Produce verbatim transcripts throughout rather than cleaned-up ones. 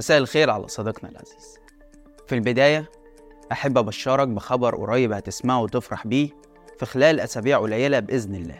مساء الخير على صديقنا العزيز. في البداية أحب أبشرك بخبر قريب هتسمعه وتفرح بيه في خلال أسابيع قليلة بإذن الله،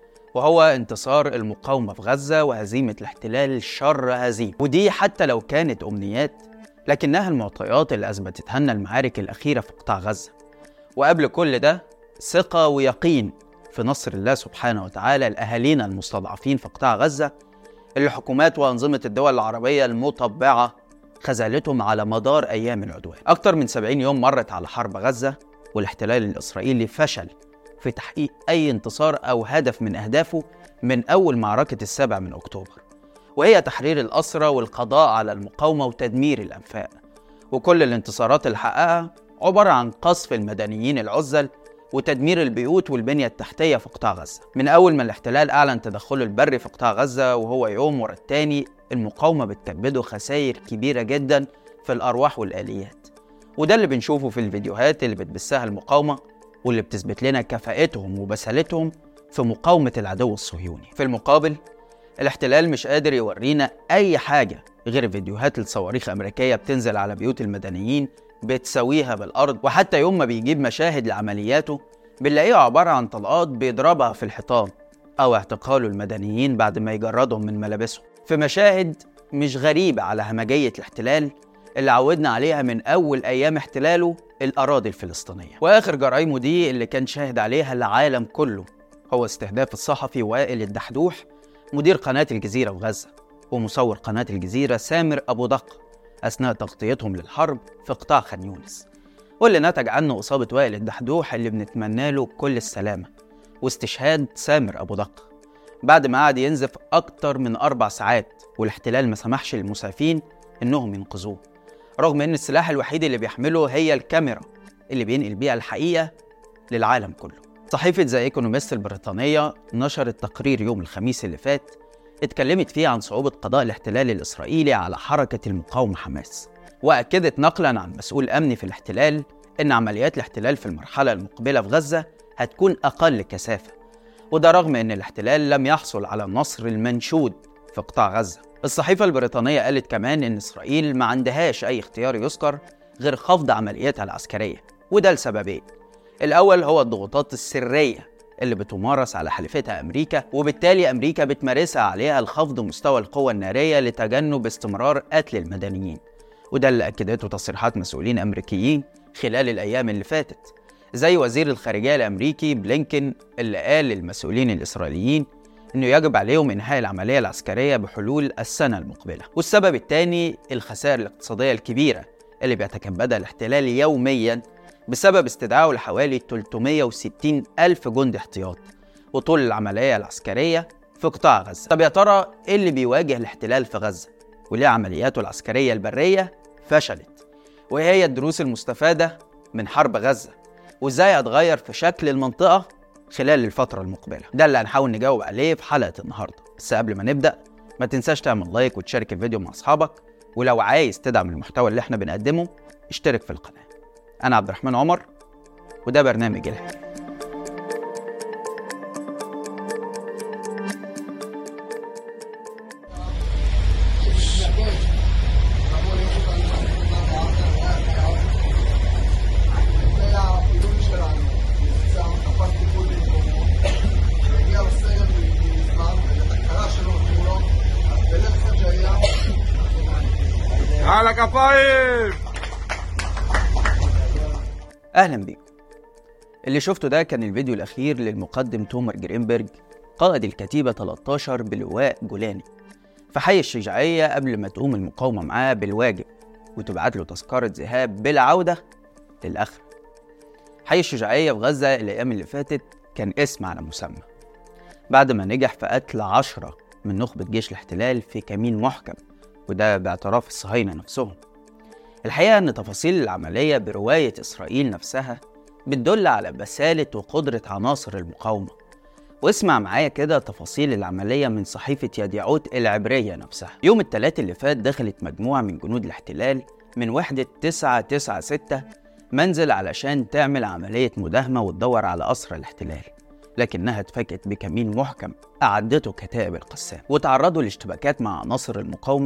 وهو انتصار المقاومة في غزة وهزيمة الاحتلال الشر هزيمة. ودي حتى لو كانت أمنيات لكنها المعطيات اللي أثبتتها لنا المعارك الأخيرة في قطاع غزة. وقبل كل ده ثقة ويقين في نصر الله سبحانه وتعالى لأهالينا المستضعفين في قطاع غزة اللي حكومات وأنظمة الدول العربية المطبعة خذلتهم على مدار أيام العدوان. أكتر من سبعين يوم مرت على حرب غزة، والاحتلال الإسرائيلي فشل في تحقيق أي انتصار أو هدف من أهدافه من أول معركة السابع من أكتوبر، وهي تحرير الأسرى والقضاء على المقاومة وتدمير الأنفاق. وكل الانتصارات اللي حققها عبارة عن قصف المدنيين العزل وتدمير البيوت والبنية التحتية في قطاع غزة. من أول ما الاحتلال أعلن تدخله البري في قطاع غزة وهو يوم ورا التاني المقاومة بتكبده خسائر كبيرة جدا في الأرواح والآليات، وده اللي بنشوفه في الفيديوهات اللي بتبثها المقاومة واللي بتثبت لنا كفاءتهم وبسالتهم في مقاومة العدو الصهيوني. في المقابل الاحتلال مش قادر يورينا أي حاجة غير فيديوهات الصواريخ أمريكية بتنزل على بيوت المدنيين بتسويها بالأرض، وحتى يوم ما بيجيب مشاهد لعملياته بنلاقيه عبارة عن طلقات بيضربها في الحيطان أو اعتقاله المدنيين بعد ما يجردهم من ملابسهم، في مشاهد مش غريبة على همجية الاحتلال اللي عودنا عليها من أول أيام احتلاله الأراضي الفلسطينية. وآخر جرائمه دي اللي كان شاهد عليها العالم كله هو استهداف الصحفي وائل الدحدوح مدير قناة الجزيرة في غزة ومصور قناة الجزيرة سامر أبو دق أثناء تغطيتهم للحرب في قطاع خان يونس، واللي نتج عنه إصابة وائل الدحدوح اللي بنتمنى له كل السلامة، واستشهاد سامر أبو دق بعد ما قعد ينزف أكتر من أربع ساعات والاحتلال ما سمحش للمسعفين إنهم ينقذوه، رغم إن السلاح الوحيد اللي بيحمله هي الكاميرا اللي بينقل بيها الحقيقة للعالم كله. صحيفة ذا ايكونومست البريطانية نشرت تقرير يوم الخميس اللي فات اتكلمت فيه عن صعوبة قضاء الاحتلال الإسرائيلي على حركة المقاومة حماس، وأكدت نقلاً عن مسؤول أمني في الاحتلال إن عمليات الاحتلال في المرحلة المقبلة في غزة هتكون أقل كثافة، وده رغم إن الاحتلال لم يحصل على النصر المنشود في قطاع غزة. الصحيفة البريطانية قالت كمان إن إسرائيل ما عندهاش أي اختيار يذكر غير خفض عملياتها العسكرية، وده لسببين. الأول هو الضغوطات السرية اللي بتمارس على حليفتها أمريكا، وبالتالي أمريكا بتمارسها عليها لخفض مستوى القوة النارية لتجنب استمرار قتل المدنيين، وده اللي أكدته تصريحات مسؤولين أمريكيين خلال الأيام اللي فاتت، زي وزير الخارجية الأمريكي بلينكن اللي قال للمسؤولين الإسرائيليين إنه يجب عليهم إنهاء العملية العسكرية بحلول السنة المقبلة. والسبب الثاني الخسائر الاقتصادية الكبيرة اللي بيتكبدها الاحتلال يومياً بسبب استدعائه لحوالي ثلاثمائة وستين ألف جندي احتياط وطول العملية العسكرية في قطاع غزة. طب يا ترى إيه اللي بيواجه الاحتلال في غزة؟ وليه عملياته العسكرية البرية فشلت؟ وإيه هي الدروس المستفادة من حرب غزة؟ وإزاي هتغير في شكل المنطقة خلال الفترة المقبلة؟ ده اللي هنحاول نجاوب عليه في حلقة النهاردة. بس قبل ما نبدأ ما تنساش تعمل لايك وتشارك الفيديو مع أصحابك، ولو عايز تدعم المحتوى اللي احنا بنقدمه اشترك في القناة. أنا عبد الرحمن عمر وده برنامج الحكي. على كفايف. أهلا بيكم. اللي شفته ده كان الفيديو الأخير للمقدم تومر جرينبرج قائد الكتيبة ثلاثة عشر بلواء جولاني في حي الشجاعية قبل ما تقوم المقاومة معاه بالواجب وتبعت له تذكرة ذهاب بالعودة للآخرة. حي الشجاعية في غزة الأيام اللي فاتت كان اسم على مسمى بعد ما نجح في قتل عشرة من نخبة جيش الاحتلال في كمين محكم، وده باعتراف الصهاينة نفسهم. الحقيقة أن تفاصيل العملية برواية إسرائيل نفسها بتدل على بسالة وقدرة عناصر المقاومة. واسمع معايا كده تفاصيل العملية من صحيفة يديعوت العبرية نفسها. يوم الثلاث اللي فات دخلت مجموعة من جنود الاحتلال من وحدة تسعة تسعة ستة منزل علشان تعمل عملية مداهمة وتدور على أسرى الاحتلال، لكنها اتفاجئت بكمين محكم أعدته كتائب القسام، وتعرضوا لاشتباكات مع عناصر المقاومة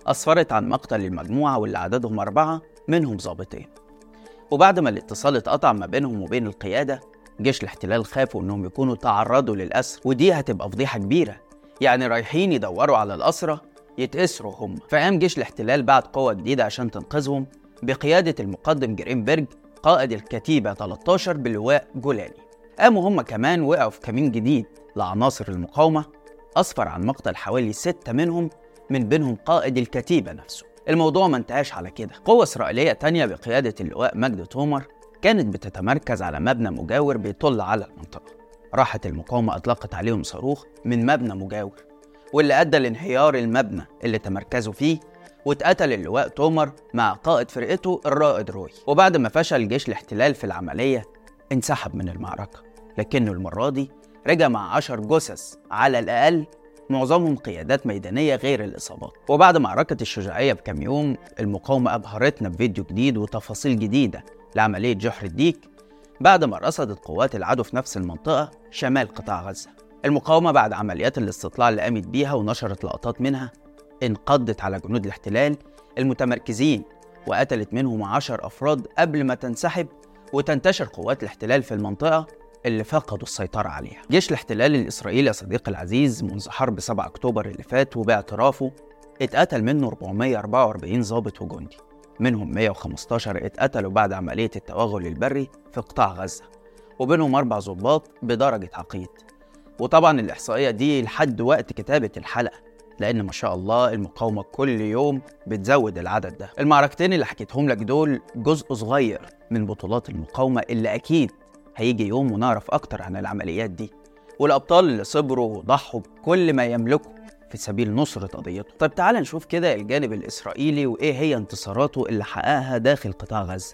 أسفرت عن مقتل المجموعة واللي عددهم أربعة منهم ضابطين. وبعد ما الاتصال اتقطع ما بينهم وبين القيادة، جيش الاحتلال خافوا إنهم يكونوا تعرضوا للأسر، ودي هتبقى فضيحة كبيرة، يعني رايحين يدوروا على الأسرة يتأسروا هم. فقام جيش الاحتلال بعت قوة جديدة عشان تنقذهم بقيادة المقدم جرينبرج قائد الكتيبة ثلاثة عشر بلواء جولاني. قاموا هم كمان وقعوا في كمين جديد لعناصر المقاومة أسفر عن مقتل حوالي ستة منهم، من بينهم قائد الكتيبة نفسه. الموضوع ما انتهاش على كده. قوة إسرائيلية تانية بقيادة اللواء مجد تومر كانت بتتمركز على مبنى مجاور بيطل على المنطقة. راحت المقاومة أطلقت عليهم صاروخ من مبنى مجاور، واللي أدى لانهيار المبنى اللي تمركزوا فيه، واتقتل اللواء تومر مع قائد فرقته الرائد روي. وبعد ما فشل جيش الاحتلال في العملية انسحب من المعركة، لكنه المرة دي رجع مع عشر جثث على الأقل، معظمهم قيادات ميدانية غير الإصابات. وبعد معركة الشجاعية بكم يوم، المقاومة أبهرتنا بفيديو جديد وتفاصيل جديدة لعملية جحر الديك بعد ما رصدت قوات العدو في نفس المنطقة شمال قطاع غزة. المقاومة بعد عمليات الاستطلاع اللي قامت بيها ونشرت لقطات منها انقضت على جنود الاحتلال المتمركزين وقتلت منهم عشر أفراد قبل ما تنسحب وتنتشر قوات الاحتلال في المنطقة اللي فقدوا السيطرة عليها. جيش الاحتلال الإسرائيلي يا صديقي العزيز منذ حرب سبعة أكتوبر اللي فات وباعترافه اتقتل منه أربعمائة وأربعة وأربعين ضابط وجندي، منهم مائة وخمسة عشر اتقتلوا بعد عملية التوغل البري في قطاع غزة، وبينهم أربع ضباط بدرجة عقيد. وطبعا الإحصائية دي لحد وقت كتابة الحلقة، لأن ما شاء الله المقاومة كل يوم بتزود العدد ده. المعركتين اللي حكيتهم لك دول جزء صغير من بطولات المقاومة اللي أكيد هيجي يوم ونعرف أكتر عن العمليات دي والأبطال اللي صبروا وضحوا بكل ما يملكوا في سبيل نصرة قضيته. طيب تعال نشوف كده الجانب الإسرائيلي وإيه هي انتصاراته اللي حققها داخل قطاع غزة.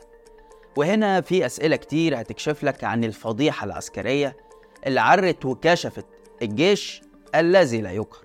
وهنا في أسئلة كتير هتكشف لك عن الفضيحة العسكرية اللي عرت وكشفت الجيش الذي لا يقهر.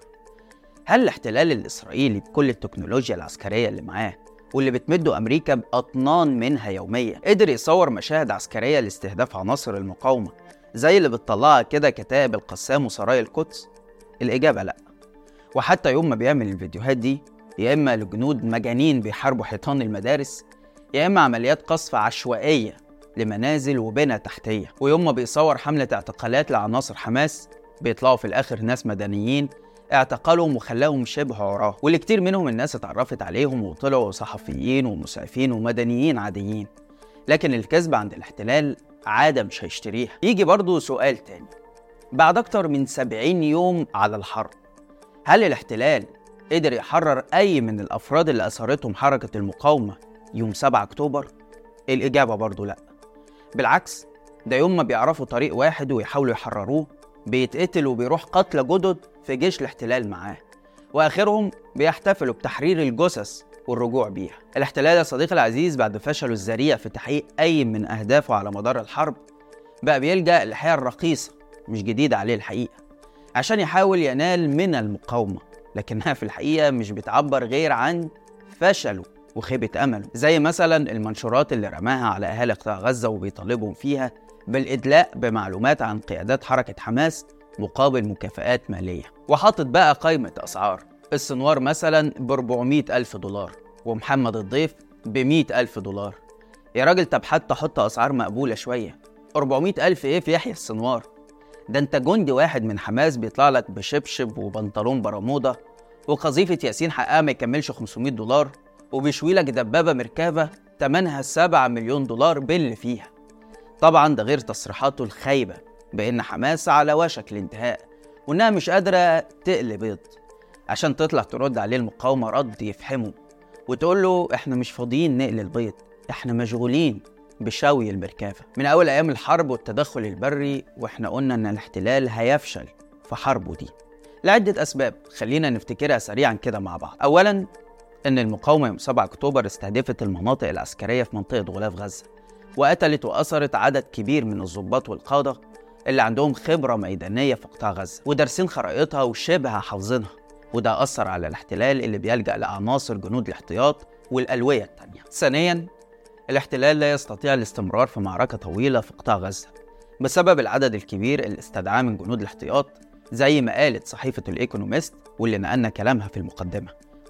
هل الاحتلال الإسرائيلي بكل التكنولوجيا العسكرية اللي معاه واللي بتمده أمريكا بأطنان منها يوميا قدر يصور مشاهد عسكرية لاستهداف عناصر المقاومة زي اللي بتطلعها كده كتائب القسام وسرايا القدس؟ الإجابة لأ. وحتى يوم ما بيعمل الفيديوهات دي يا إما لجنود مجانين بيحاربوا حيطان المدارس، يا إما عمليات قصف عشوائية لمنازل وبنى تحتية. ويوم ما بيصور حملة اعتقالات لعناصر حماس بيطلعوا في الآخر ناس مدنيين اعتقلهم وخلاهم شبه عراه، واللي كتير منهم الناس اتعرفت عليهم وطلعوا صحفيين ومسعفين ومدنيين عاديين. لكن الكذب عند الاحتلال عادة مش هيشتريها. يجي برضو سؤال تاني، بعد أكتر من سبعين يوم على الحرب هل الاحتلال قدر يحرر أي من الأفراد اللي أثارتهم حركة المقاومة يوم سبعة أكتوبر؟ الإجابة برضو لأ. بالعكس، ده يوم ما بيعرفوا طريق واحد ويحاولوا يحرروه بيتقتل وبيروح قتلى جدد في جيش الاحتلال معاه، وآخرهم بيحتفلوا بتحرير الجثث والرجوع بيها. الاحتلال يا صديقي العزيز بعد فشله الذريع في تحقيق أي من أهدافه على مدار الحرب بقى بيلجأ للحياة الرخيصة مش جديدة عليه الحقيقة عشان يحاول ينال من المقاومة، لكنها في الحقيقة مش بتعبر غير عن فشله وخيبة أمله، زي مثلا المنشورات اللي رماها على أهالي قطاع غزة وبيطالبهم فيها بالإدلاء بمعلومات عن قيادات حركة حماس مقابل مكافآت مالية. وحاطط بقى قائمة أسعار، السنوار مثلا ب أربعمائة ألف دولار ومحمد الضيف ب مائة ألف دولار. يا راجل طب حتى حط أسعار مقبولة شوية. أربعمائة ألف إيه في يحيى السنوار؟ ده أنت جندي واحد من حماس بيطلع لك بشبشب وبنطلون برمودا، وقذيفة ياسين حقها ما يكملش خمسمائة دولار، وبيشوي لك دبابة مركبة تمنها سبعة مليون دولار باللي فيها. طبعا ده غير تصريحاته الخايبة بأن حماس على وشك الانتهاء وإنها مش قادرة تقلي بيض، عشان تطلع ترد عليه المقاومة رد يفهمه وتقول له احنا مش فاضيين نقلي البيض، احنا مشغولين بشوي المركافة. من أول أيام الحرب والتدخل البري واحنا قلنا إن الاحتلال هيفشل في حربه دي لعدة أسباب خلينا نفتكرها سريعا كده مع بعض. أولا إن المقاومة يوم سبعة أكتوبر استهدفت المناطق العسكرية في منطقة غلاف غزة وقتلت وأسرت عدد كبير من الضباط والقادة اللي عندهم خبرة ميدانية في قطاع غزة ودارسين خرائطها وشبه حافظينها، وده أثر على الاحتلال اللي بيلجأ لعناصر جنود الاحتياط والألوية التانية. ثانياً، الاحتلال لا يستطيع الاستمرار في معركة طويلة في قطاع غزة بسبب العدد الكبير اللي استدعاه من جنود الاحتياط زي ما قالت صحيفة الإيكونوميست واللي نقلنا كلامها في المقدمة،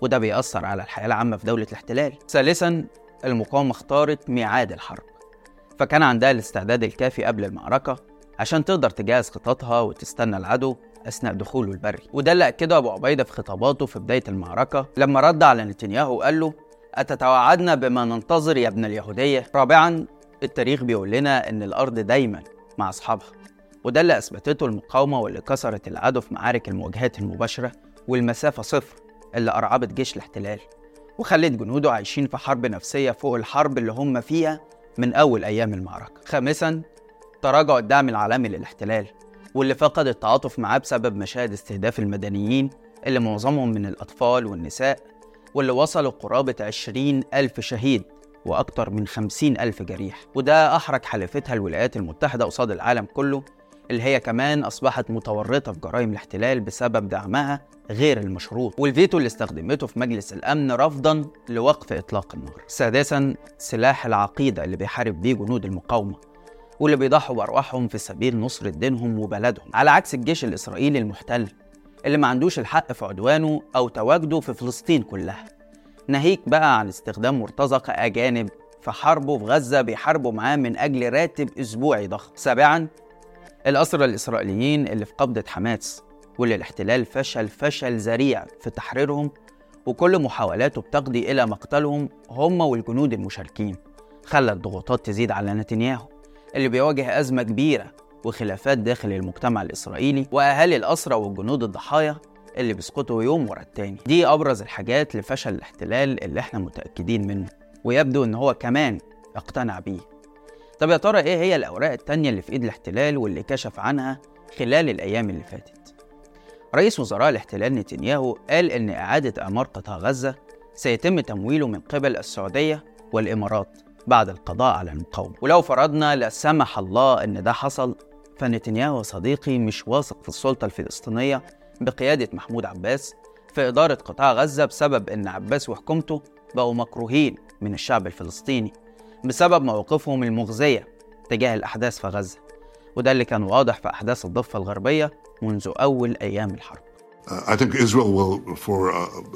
وده بيأثر على الحياة العامة في دولة الاحتلال. ثالثا، المقاومة اختارت ميعاد الحرب، فكان عندها الاستعداد الكافي قبل المعركة عشان تقدر تجهز خططها وتستنى العدو أثناء دخوله البري. وده اللي أكده أبو عبيدة في خطاباته في بداية المعركة لما رد على نتنياهو وقال له: أتتوعدنا بما ننتظر يا ابن اليهودية؟ رابعا، التاريخ بيقول لنا إن الأرض دايما مع أصحابها، وده اللي أثبتته المقاومة واللي كسرت العدو في معارك المواجهات المباشرة والمسافة صفر اللي أرعبت جيش الاحتلال وخلت جنوده عايشين في حرب نفسية فوق الحرب اللي هم فيها من أول أيام المعركة. خامسا، تراجع الدعم العالمي للاحتلال واللي فقد التعاطف معاه بسبب مشاهد استهداف المدنيين اللي معظمهم من الأطفال والنساء، واللي وصلوا قرابة عشرين ألف شهيد وأكتر من خمسين ألف جريح. وده أحرج حليفتها الولايات المتحدة قصاد العالم كله، اللي هي كمان أصبحت متورطة في جرائم الاحتلال بسبب دعمها غير المشروط والفيتو اللي استخدمته في مجلس الأمن رفضاً لوقف إطلاق النار. سادساً، سلاح العقيدة اللي بيحارب بيه جنود المقاومة واللي بيضحوا بأرواحهم في سبيل نصرة دينهم وبلدهم، على عكس الجيش الإسرائيلي المحتل اللي ما عندوش الحق في عدوانه أو تواجده في فلسطين كلها، ناهيك بقى عن استخدام مرتزقة أجانب في حربه في غزة بيحاربوا معاه من أجل راتب أسبوعي ضخم. سابعاً، الأسرى الإسرائيليين اللي في قبضة حماس واللي الاحتلال فشل فشل ذريع في تحريرهم، وكل محاولاته بتقضي إلى مقتلهم هم والجنود المشاركين، خلت الضغوطات تزيد على نتنياهو اللي بيواجه أزمة كبيرة وخلافات داخل المجتمع الإسرائيلي وأهالي الأسرى والجنود الضحايا اللي بيسقطوا يوم ورا التاني. دي أبرز الحاجات لفشل الاحتلال اللي احنا متأكدين منه، ويبدو إن هو كمان اقتنع بيه. طب يا ترى إيه هي الأوراق التانية اللي في إيد الاحتلال واللي كشف عنها خلال الأيام اللي فاتت؟ رئيس وزراء الاحتلال نتنياهو قال إن إعادة إعمار قطاع غزة سيتم تمويله من قبل السعودية والإمارات بعد القضاء على المقاومة. ولو فرضنا لا سمح الله إن ده حصل، فنتنياهو صديقي مش واثق في السلطة الفلسطينية بقيادة محمود عباس في إدارة قطاع غزة، بسبب إن عباس وحكومته بقوا مكروهين من الشعب الفلسطيني بسبب مواقفهم المغزية تجاه الأحداث في غزة، وده اللي كان واضح في أحداث الضفة الغربية منذ أول أيام الحرب. I think Israel will, for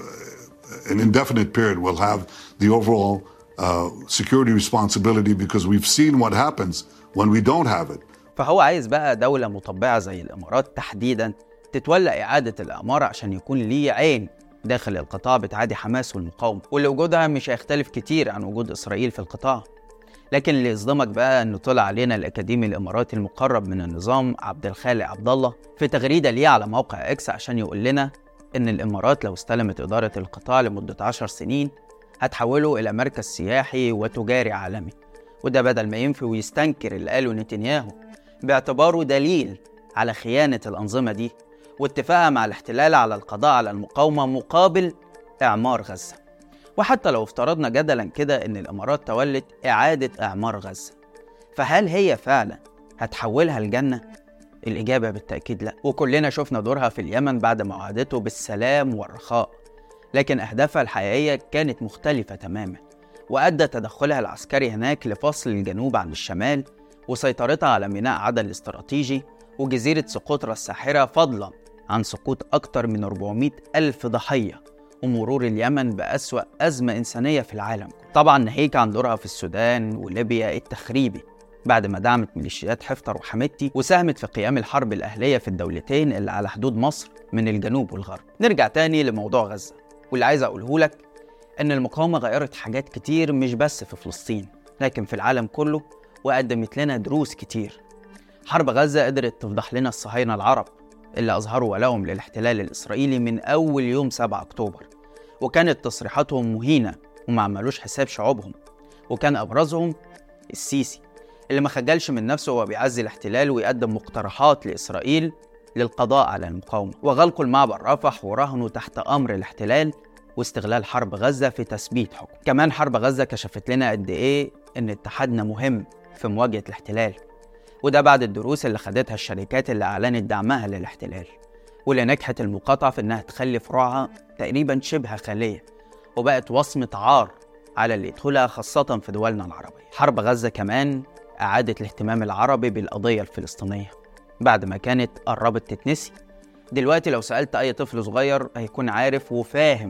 uh, an indefinite period, will have the overall uh, security responsibility because we've seen what happens when we don't have it. فهو عايز بقى دولة مطبعة زي الإمارات تحديداً تتولى إعادة الإعمار عشان يكون ليه عين داخل القطاع بتعادي حماس والمقاومة، واللي وجودها مش هيختلف كتير عن وجود إسرائيل في القطاع. لكن اللي يصدمك بقى إنه طلع علينا الأكاديمي الإماراتي المقرب من النظام عبد الخالق عبد الله في تغريدة ليه على موقع إكس عشان يقول لنا إن الإمارات لو استلمت إدارة القطاع لمدة عشر سنين هتحوله إلى مركز سياحي وتجاري عالمي، وده بدل ما ينفي ويستنكر اللي قاله نتنياهو باعتباره دليل على خيانة الأنظمة دي واتفاقها مع الاحتلال على القضاء على المقاومة مقابل إعمار غزة. وحتى لو افترضنا جدلا كده إن الإمارات تولت إعادة إعمار غزة، فهل هي فعلا هتحولها الجنة؟ الإجابة بالتأكيد لا، وكلنا شفنا دورها في اليمن بعد معاهدته بالسلام والرخاء، لكن أهدافها الحقيقية كانت مختلفة تماما، وأدى تدخلها العسكري هناك لفصل الجنوب عن الشمال وسيطرتها على ميناء عدن الاستراتيجي وجزيرة سقطرى الساحرة، فضلا عن سقوط أكتر من أربعمائة ألف ضحية ومرور اليمن بأسوأ أزمة إنسانية في العالم. طبعا ناهيك عن دورها في السودان وليبيا التخريبي بعد ما دعمت ميليشيات حفتر وحميدتي وساهمت في قيام الحرب الأهلية في الدولتين اللي على حدود مصر من الجنوب والغرب. نرجع تاني لموضوع غزة، واللي عايز أقوله لك إن المقاومة غيرت حاجات كتير مش بس في فلسطين لكن في العالم كله، وقدمت لنا دروس كتير. حرب غزة قدرت تفضح لنا الصهاينة العرب اللي أظهروا ولائهم للاحتلال الإسرائيلي من أول يوم سبعة أكتوبر، وكانت تصريحاتهم مهينة وما عملوش حساب شعوبهم، وكان أبرزهم السيسي اللي ما خجلش من نفسه وهو بيعزي الاحتلال ويقدم مقترحات لإسرائيل للقضاء على المقاومة، وغلقوا المعبر رفح ورهنوا تحت أمر الاحتلال واستغلال حرب غزة في تثبيت حكم. كمان حرب غزة كشفت لنا قد إيه إن اتحادنا مهم في مواجهة الاحتلال، وده بعد الدروس اللي خدتها الشركات اللي أعلنت دعمها للاحتلال، واللي نجحت المقاطعة في إنها تخلي فروعها تقريبا شبه خالية وبقت وصمة عار على اللي يدخلها خاصة في دولنا العربية. حرب غزة كمان أعادت الاهتمام العربي بالقضية الفلسطينية بعد ما كانت قربت تتنسي. دلوقتي لو سألت أي طفل صغير هيكون عارف وفاهم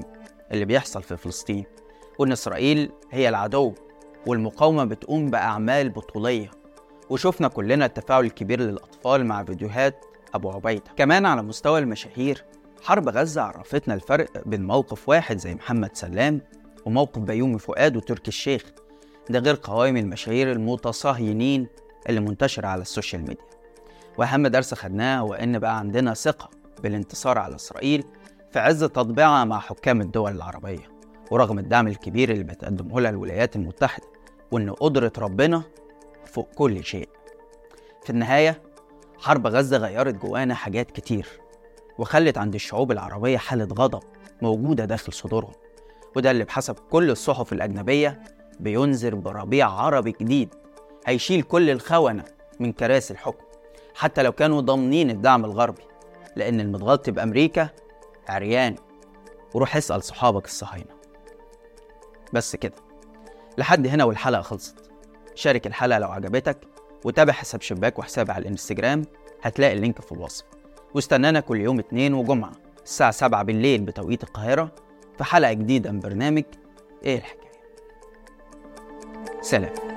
اللي بيحصل في فلسطين، وإن إسرائيل هي العدو والمقاومة بتقوم بأعمال بطولية. وشوفنا كلنا التفاعل الكبير للأطفال مع فيديوهات أبو عبيدة. كمان على مستوى المشاهير، حرب غزة عرفتنا الفرق بين موقف واحد زي محمد سلام وموقف بيومي فؤاد وتركي الشيخ، ده غير قوائم المشاهير المتصهينين اللي منتشرة على السوشيال ميديا. وأهم درس خدناه هو إن بقى عندنا ثقة بالانتصار على إسرائيل في عز تطبيعها مع حكام الدول العربية، ورغم الدعم الكبير اللي بتقدمه لها الولايات المتحدة، وإن قدرة ربنا فوق كل شيء. في النهاية، حرب غزة غيرت جوانا حاجات كتير، وخلت عند الشعوب العربية حالة غضب موجودة داخل صدورهم، وده اللي بحسب كل الصحف الأجنبية بينذر بربيع عربي جديد هيشيل كل الخونة من كراسي الحكم، حتى لو كانوا ضامنين الدعم الغربي، لأن المتغطي بأمريكا عريان. وروح اسأل صحابك الصهاينة. بس كده، لحد هنا والحلقة خلصت. شارك الحلقة لو عجبتك، وتابع حساب شباك وحسابي على الانستجرام، هتلاقي اللينك في الوصف. واستنانا كل يوم اثنين وجمعة الساعة سبعة بالليل بتوقيت القاهرة في حلقة جديدة من برنامج ايه الحكاية. سلام.